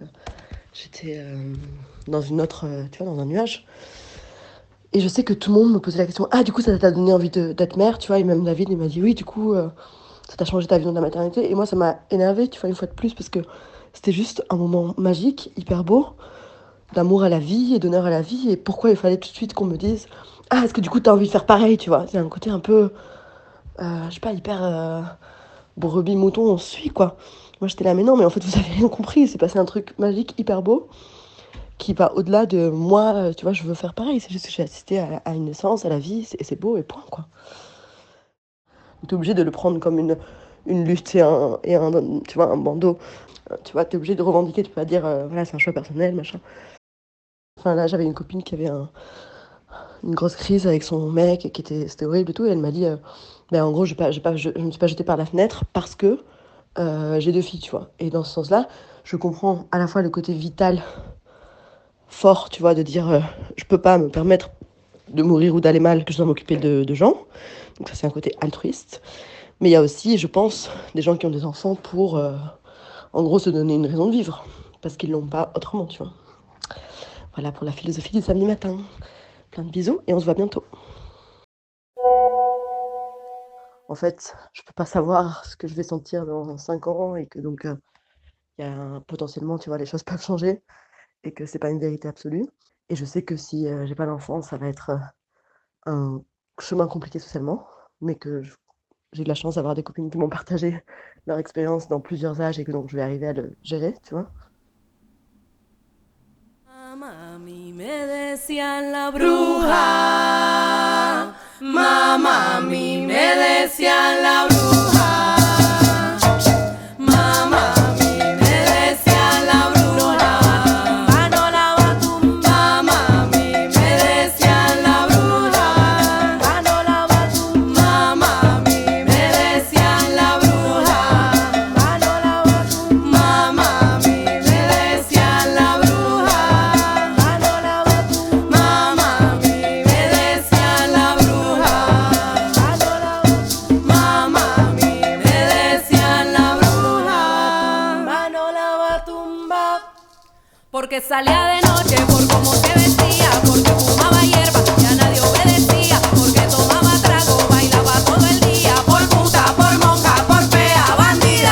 dans une autre, tu vois, dans un nuage. Et je sais que tout le monde me posait la question, ah, du coup, ça t'a donné envie d'être mère, tu vois, et même David, il m'a dit, oui, du coup, ça t'a changé ta vision de la maternité. Et moi, ça m'a énervée, tu vois, une fois de plus, parce que c'était juste un moment magique, hyper beau, d'amour à la vie et d'honneur à la vie. Et pourquoi il fallait tout de suite qu'on me dise, ah, est-ce que du coup, t'as envie de faire pareil, tu vois. C'est un côté un peu, je sais pas, hyper brebis, mouton, on suit, quoi. Moi, j'étais là, mais non, mais en fait, vous avez rien compris, il s'est passé un truc magique, hyper beau, qui va au-delà de moi, tu vois, je veux faire pareil. C'est juste que j'ai assisté à une naissance, à la vie, et c'est beau, et point, quoi. T'es obligé de le prendre comme une lutte et un, tu vois, un bandeau. Tu vois, t'es obligé de revendiquer, tu peux pas dire, voilà, c'est un choix personnel, machin. Enfin, là, j'avais une copine qui avait une grosse crise avec son mec, c'était horrible et tout, et elle m'a dit, ben, en gros, je me suis pas jetée par la fenêtre parce que j'ai 2 filles, tu vois. Et dans ce sens-là, je comprends à la fois le côté vital fort, tu vois, de dire je peux pas me permettre de mourir ou d'aller mal, que je dois m'occuper de gens. Donc ça, c'est un côté altruiste. Mais il y a aussi, je pense, des gens qui ont des enfants pour, en gros, se donner une raison de vivre. Parce qu'ils l'ont pas autrement, tu vois. Voilà pour la philosophie du samedi matin. Plein de bisous et on se voit bientôt. En fait, je peux pas savoir ce que je vais sentir dans 5 ans et que donc, il y a potentiellement, tu vois, les choses peuvent changer. Et que c'est pas une vérité absolue. Et je sais que si j'ai pas d'enfant, ça va être un chemin compliqué socialement, mais que j'ai de la chance d'avoir des copines qui m'ont partagé leur expérience dans plusieurs âges et que donc je vais arriver à le gérer, tu vois. Mami me decían la bruja, mamá mi me decían la bruja. Porque salía de noche por cómo se vestía, porque fumaba hierba y a nadie obedecía, porque tomaba trago, bailaba todo el día, por puta, por monja, por fea, bandida.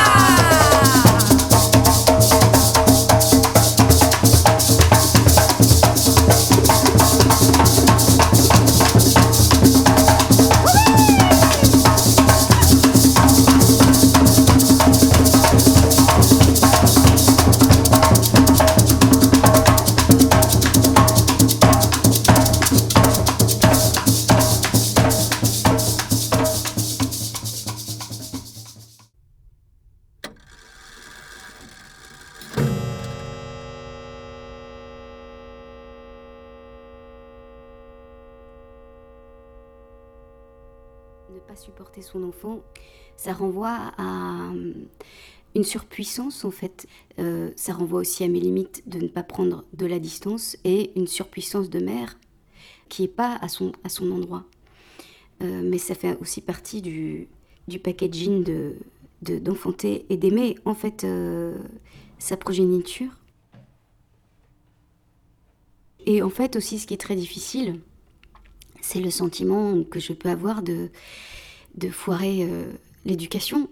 Ne pas supporter son enfant, ça renvoie à une surpuissance en fait. Ça renvoie aussi à mes limites de ne pas prendre de la distance et une surpuissance de mère qui n'est pas à son endroit. Mais ça fait aussi partie du packaging d'enfanter et d'aimer en fait sa progéniture. Et en fait aussi ce qui est très difficile, c'est le sentiment que je peux avoir de foirer l'éducation.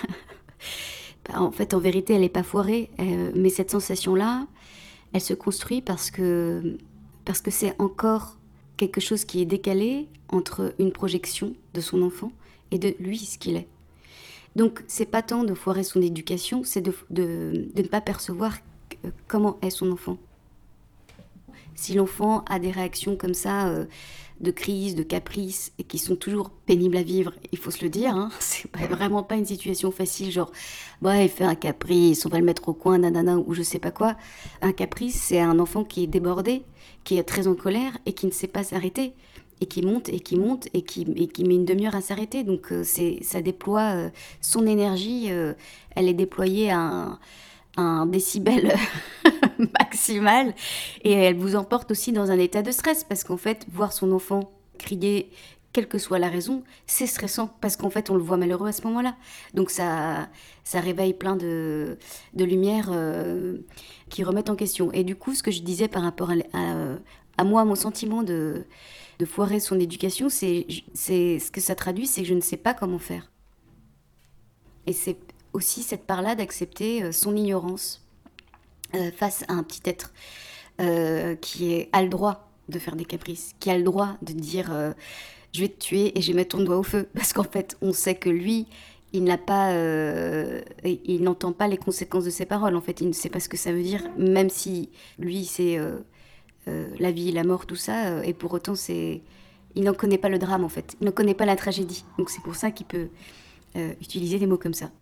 En fait, en vérité, elle n'est pas foirée, mais cette sensation-là, elle se construit parce que c'est encore quelque chose qui est décalé entre une projection de son enfant et de lui, ce qu'il est. Donc, c'est pas tant de foirer son éducation, c'est de ne pas percevoir comment est son enfant. Si l'enfant a des réactions comme ça, de crise, de caprice, et qui sont toujours pénibles à vivre, il faut se le dire, hein, c'est vraiment pas une situation facile, genre, il fait un caprice, on va le mettre au coin, nanana, ou je sais pas quoi. Un caprice, c'est un enfant qui est débordé, qui est très en colère, et qui ne sait pas s'arrêter, et qui monte, et qui monte, et qui met une demi-heure à s'arrêter. Donc ça déploie son énergie, elle est déployée à un décibel maximal, et elle vous emporte aussi dans un état de stress, parce qu'en fait, voir son enfant crier, quelle que soit la raison, c'est stressant, parce qu'en fait, on le voit malheureux à ce moment-là. Donc ça réveille plein de lumières qui remettent en question. Et du coup, ce que je disais par rapport à moi, mon sentiment de foirer son éducation, c'est ce que ça traduit, c'est que je ne sais pas comment faire. Et c'est aussi cette part-là d'accepter son ignorance face à un petit être qui a le droit de faire des caprices, qui a le droit de dire je vais te tuer et je vais mettre ton doigt au feu, parce qu'en fait on sait que lui il n'entend pas les conséquences de ses paroles, en fait il ne sait pas ce que ça veut dire, même si lui c'est la vie, la mort, tout ça, et pour autant il n'en connaît pas le drame en fait, il n'en connaît pas la tragédie, donc c'est pour ça qu'il peut utiliser des mots comme ça.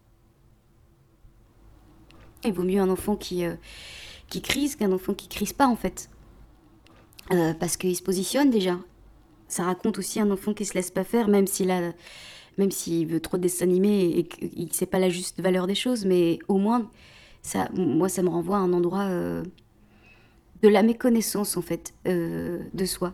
Il vaut mieux un enfant qui crise qu'un enfant qui crise pas, en fait. Parce qu'il se positionne déjà. Ça raconte aussi un enfant qui se laisse pas faire, même s'il veut trop de dessin animé et qu'il ne sait pas la juste valeur des choses. Mais au moins, moi, ça me renvoie à un endroit de la méconnaissance, en fait, de soi.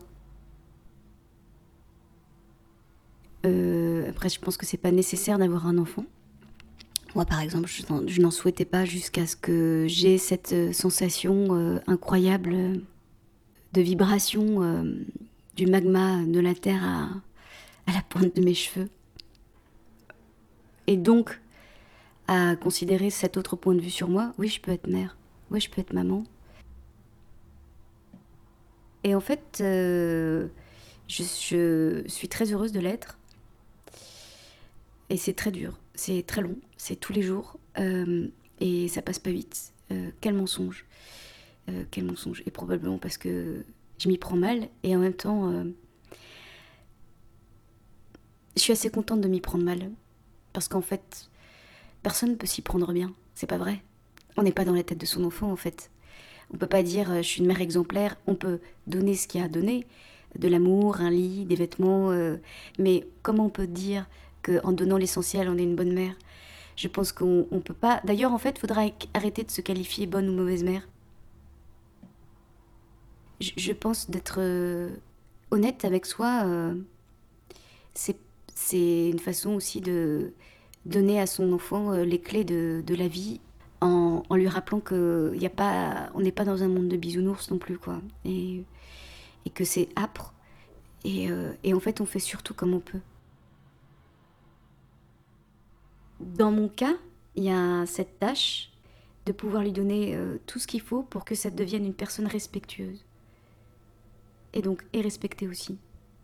Après, je pense que c'est pas nécessaire d'avoir un enfant. Moi, par exemple, je n'en souhaitais pas jusqu'à ce que j'ai cette sensation incroyable de vibration du magma de la Terre à la pointe de mes cheveux. Et donc, à considérer cet autre point de vue sur moi, oui, je peux être mère, oui, je peux être maman. Et en fait, je suis très heureuse de l'être. Et c'est très dur, c'est très long, c'est tous les jours, et ça passe pas vite. Quel mensonge. Et probablement parce que je m'y prends mal, et en même temps, je suis assez contente de m'y prendre mal. Parce qu'en fait, personne ne peut s'y prendre bien, c'est pas vrai. On n'est pas dans la tête de son enfant, en fait. On peut pas dire je suis une mère exemplaire, on peut donner ce qu'il y a à donner, de l'amour, un lit, des vêtements, mais comment on peut dire qu'en donnant l'essentiel, on est une bonne mère? Je pense qu'on peut pas... D'ailleurs, en fait, il faudra arrêter de se qualifier bonne ou mauvaise mère. Je pense d'être honnête avec soi, c'est une façon aussi de donner à son enfant les clés de la vie, en lui rappelant qu'on n'est pas dans un monde de bisounours non plus, quoi. Et que c'est âpre. Et en fait, on fait surtout comme on peut. Dans mon cas, il y a cette tâche de pouvoir lui donner tout ce qu'il faut pour que ça devienne une personne respectueuse. Et donc, et respectée aussi.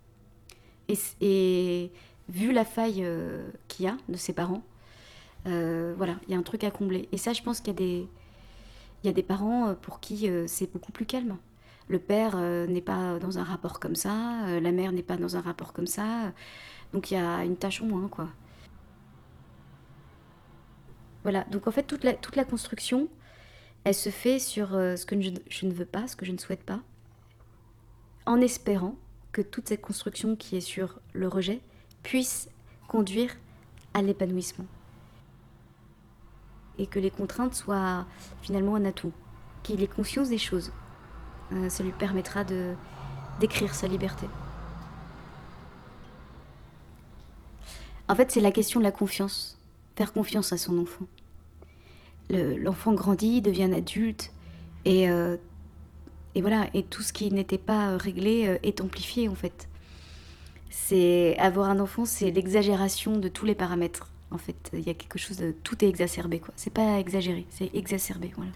Et vu la faille qu'il y a de ses parents, voilà, il y a un truc à combler. Et ça, je pense qu'il y a des parents pour qui c'est beaucoup plus calme. Le père n'est pas dans un rapport comme ça, la mère n'est pas dans un rapport comme ça. Donc il y a une tâche en moins, quoi. Voilà, donc en fait, toute la construction, elle se fait sur ce que je ne veux pas, ce que je ne souhaite pas, en espérant que toute cette construction qui est sur le rejet puisse conduire à l'épanouissement. Et que les contraintes soient finalement un atout. Qu'il ait conscience des choses. Ça lui permettra d'écrire sa liberté. En fait, c'est la question de la confiance. Faire confiance à son enfant. L'enfant grandit, devient un adulte, et voilà, et tout ce qui n'était pas réglé est amplifié en fait. C'est avoir un enfant, c'est l'exagération de tous les paramètres. En fait, il y a quelque chose de tout est exacerbé quoi. C'est pas exagéré, c'est exacerbé, voilà.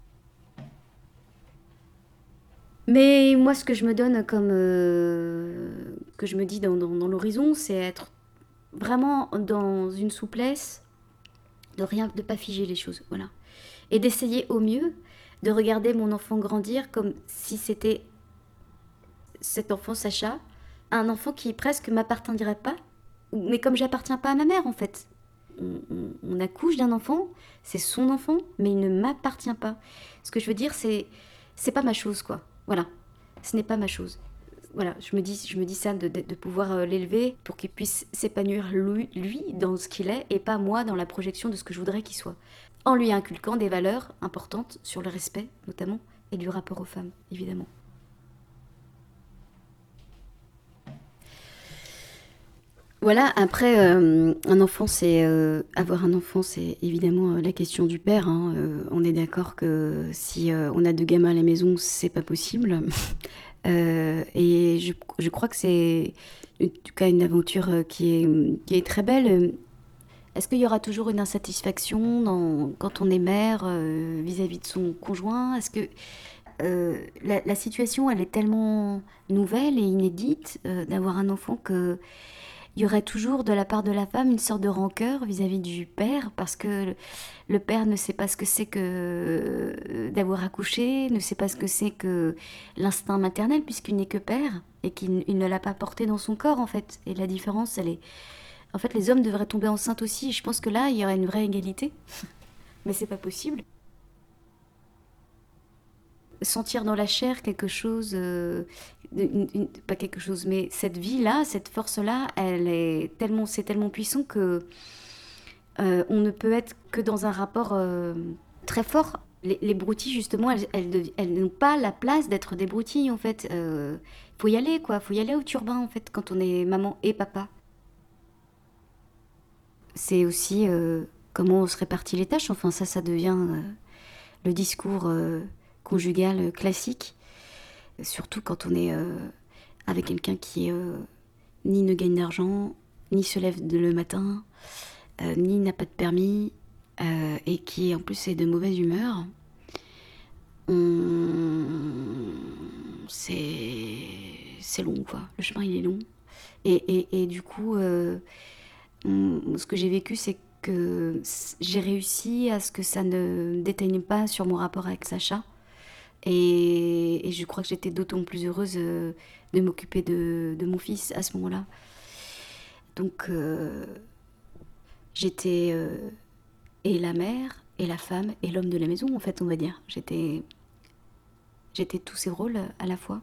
Mais moi, ce que je me donne comme que je me dis dans l'horizon, c'est être vraiment dans une souplesse, de pas figer les choses, voilà, et d'essayer au mieux de regarder mon enfant grandir comme si c'était cet enfant Sacha, un enfant qui presque m'appartiendrait pas, mais comme j'appartiens pas à ma mère en fait. On accouche d'un enfant, c'est son enfant, mais il ne m'appartient pas. Ce que je veux dire, c'est pas ma chose quoi. Voilà, ce n'est pas ma chose. Voilà, je me dis ça de pouvoir l'élever pour qu'il puisse s'épanouir lui dans ce qu'il est et pas moi dans la projection de ce que je voudrais qu'il soit. En lui inculquant des valeurs importantes sur le respect notamment et du rapport aux femmes, évidemment. Voilà, après, un enfant, avoir un enfant, c'est évidemment la question du père. Hein. On est d'accord que si on a 2 gamins à la maison, c'est pas possible. Et je crois que c'est en tout cas une aventure qui est très belle. Est-ce qu'il y aura toujours une insatisfaction quand on est mère vis-à-vis de son conjoint ? Est-ce que la situation, elle est tellement nouvelle et inédite d'avoir un enfant que il y aurait toujours de la part de la femme une sorte de rancœur vis-à-vis du père, parce que le père ne sait pas ce que c'est que d'avoir accouché, ne sait pas ce que c'est que l'instinct maternel, puisqu'il n'est que père, et qu'il ne l'a pas porté dans son corps, en fait. Et la différence, elle est... En fait, les hommes devraient tomber enceintes aussi. Je pense que là, il y aurait une vraie égalité. Mais c'est pas possible. Sentir dans la chair quelque chose, pas quelque chose, mais cette vie-là, cette force-là, c'est tellement puissant que on ne peut être que dans un rapport très fort. Les broutilles, justement, elles n'ont pas la place d'être des broutilles, en fait. Faut y aller, quoi. Faut y aller au turbin, en fait, quand on est maman et papa. C'est aussi comment on se répartit les tâches. Enfin, ça devient le discours... conjugal classique, surtout quand on est avec quelqu'un qui ni ne gagne d'argent, ni se lève le matin, ni n'a pas de permis, et qui en plus est de mauvaise humeur. C'est long quoi, le chemin il est long. Et du coup, ce que j'ai vécu, c'est que j'ai réussi à ce que ça ne déteigne pas sur mon rapport avec Sacha. Et je crois que j'étais d'autant plus heureuse de m'occuper de mon fils à ce moment-là. Donc j'étais et la mère, et la femme, et l'homme de la maison, en fait, on va dire. J'étais tous ces rôles à la fois.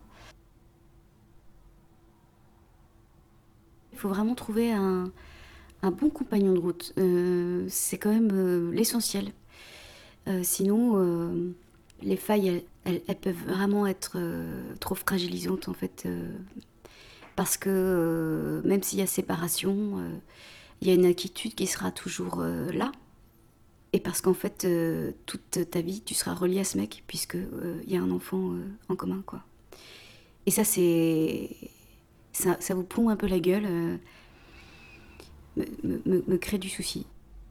Il faut vraiment trouver un bon compagnon de route. C'est quand même l'essentiel. Sinon... les failles, elles peuvent vraiment être trop fragilisantes, en fait, parce que même s'il y a séparation, il y a une inquiétude qui sera toujours là, et parce qu'en fait, toute ta vie, tu seras reliée à ce mec, puisqu'il y a un enfant en commun, quoi. Et ça, ça vous plombe un peu la gueule, me crée du souci.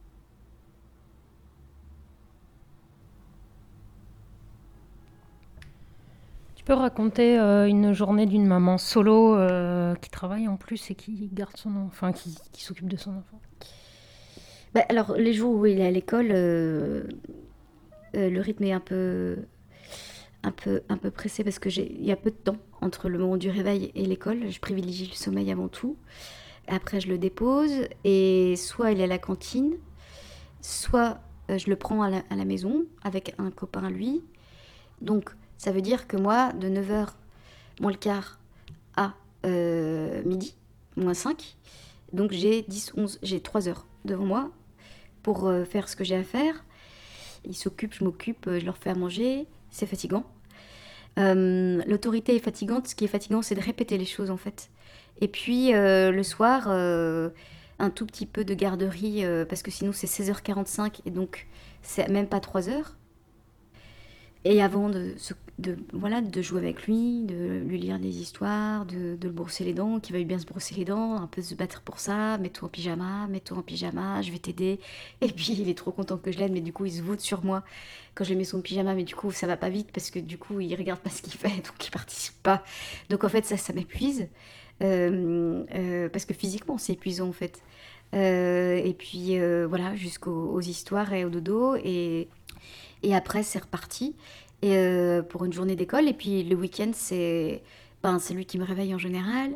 Tu peux raconter une journée d'une maman solo qui travaille en plus et qui garde son enfant, enfin qui s'occupe de son enfant? Alors, les jours où il est à l'école, le rythme est un peu pressé parce que il y a peu de temps entre le moment du réveil et l'école. Je privilégie le sommeil avant tout. Après, je le dépose et soit il est à la cantine, soit je le prends à la maison avec un copain à lui. Donc, ça veut dire que moi, de 9h moins le quart à midi, moins 5, Donc j'ai 3 heures devant moi pour faire ce que j'ai à faire. Ils s'occupent, je m'occupe, je leur fais à manger, c'est fatigant. L'autorité est fatigante, ce qui est fatigant c'est de répéter les choses en fait. Et puis le soir, un tout petit peu de garderie, parce que sinon c'est 16h45 et donc c'est même pas 3 heures. Et avant de jouer avec lui, de lui lire des histoires, de le brosser les dents, qu'il veuille bien se brosser les dents, un peu se battre pour ça, mets-toi en pyjama, je vais t'aider. Et puis il est trop content que je l'aide, mais du coup il se vote sur moi quand je mets son pyjama, mais du coup ça va pas vite parce que du coup il regarde pas ce qu'il fait, donc il participe pas. Donc en fait ça m'épuise, parce que physiquement c'est épuisant en fait. Et puis voilà, jusqu'aux histoires et au dodo, et après c'est reparti pour une journée d'école. Et puis le week-end c'est lui qui me réveille en général,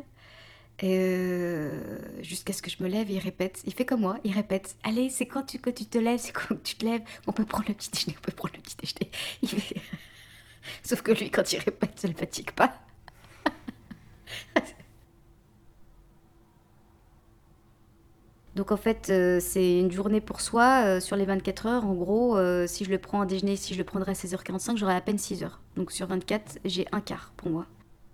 jusqu'à ce que je me lève. Il répète, il fait comme moi, il répète, allez c'est quand tu te lèves, c'est quand tu te lèves, on peut prendre le petit déjeuner, il fait... Sauf que lui quand il répète ça le fatigue pas. Donc en fait, c'est une journée pour soi sur les 24 heures. En gros, si je le prends à déjeuner, si je le prendrais à 16h45, j'aurais à peine 6 heures. Donc sur 24, j'ai un quart pour moi.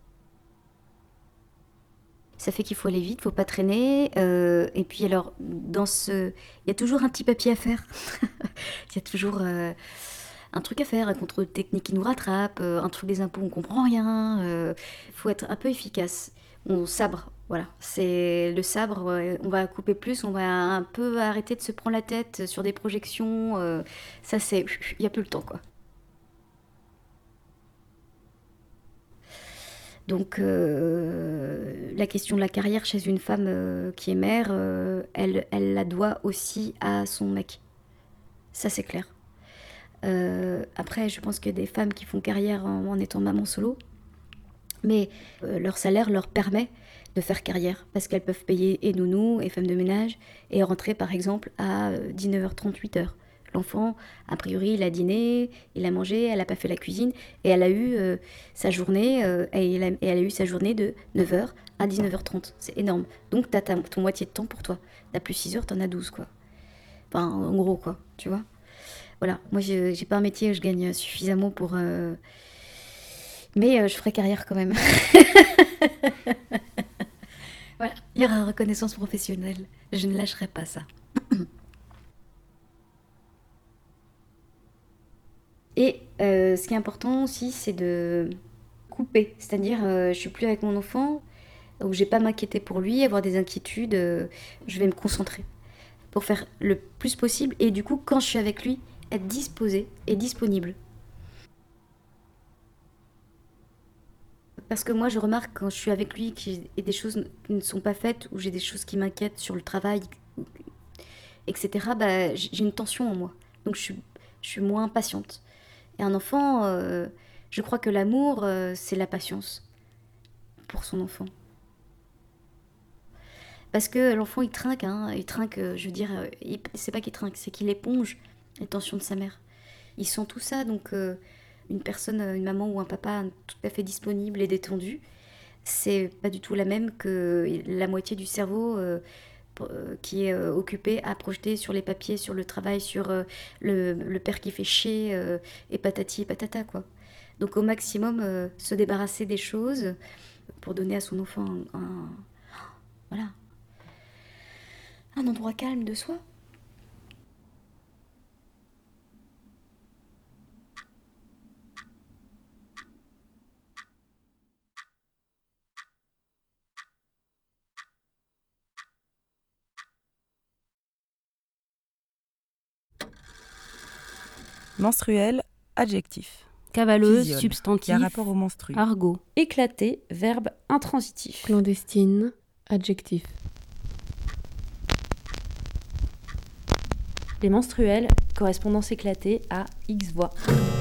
Ça fait qu'il faut aller vite, faut pas traîner. Et puis alors, il y a toujours un petit papier à faire. Il y a toujours un truc à faire, un contrôle technique qui nous rattrape, un truc des impôts, on comprend rien. Faut être un peu efficace. On sabre, voilà. C'est le sabre, on va couper plus, on va un peu arrêter de se prendre la tête sur des projections. Ça, il n'y a plus le temps, quoi. Donc, la question de la carrière chez une femme qui est mère, elle la doit aussi à son mec. Ça, c'est clair. Après, je pense qu'il y a des femmes qui font carrière en étant maman solo. Mais leur salaire leur permet de faire carrière parce qu'elles peuvent payer et nounou et femme de ménage et rentrer par exemple à 19h30, 8h. L'enfant, a priori, il a dîné, il a mangé, elle n'a pas fait la cuisine et elle a eu sa journée elle a eu sa journée de 9h à 19h30. C'est énorme. Donc tu as ton moitié de temps pour toi. T'as plus 6 heures, t'en as 12 quoi. Enfin, en gros quoi, tu vois. Voilà, moi j'ai pas un métier où je gagne suffisamment pour... Mais je ferai carrière quand même. Voilà, il y aura reconnaissance professionnelle. Je ne lâcherai pas ça. Et ce qui est important aussi, c'est de couper. C'est-à-dire, je suis plus avec mon enfant, où je vais pas m'inquiéter pour lui, avoir des inquiétudes. Je vais me concentrer pour faire le plus possible. Et du coup, quand je suis avec lui, être disposée et disponible. Parce que moi, je remarque quand je suis avec lui qu'il y a des choses qui ne sont pas faites, ou j'ai des choses qui m'inquiètent sur le travail, etc. J'ai une tension en moi. Donc je suis moins patiente. Et un enfant, je crois que l'amour, c'est la patience pour son enfant. Parce que l'enfant, il trinque, je veux dire, c'est pas qu'il trinque, c'est qu'il éponge les tensions de sa mère. Il sent tout ça, donc... une personne, une maman ou un papa tout à fait disponible et détendu, c'est pas du tout la même que la moitié du cerveau qui est occupé à projeter sur les papiers, sur le travail, sur le père qui fait chier et patati et patata, quoi. Donc au maximum, se débarrasser des choses pour donner à son enfant un endroit calme de soi. Menstruel, adjectif. Cavaleuse, Physiole, substantif. qui a rapport au menstru. Argot. Éclaté, verbe intransitif. Clandestine, adjectif. Les menstruels, correspondance éclatée à X voix.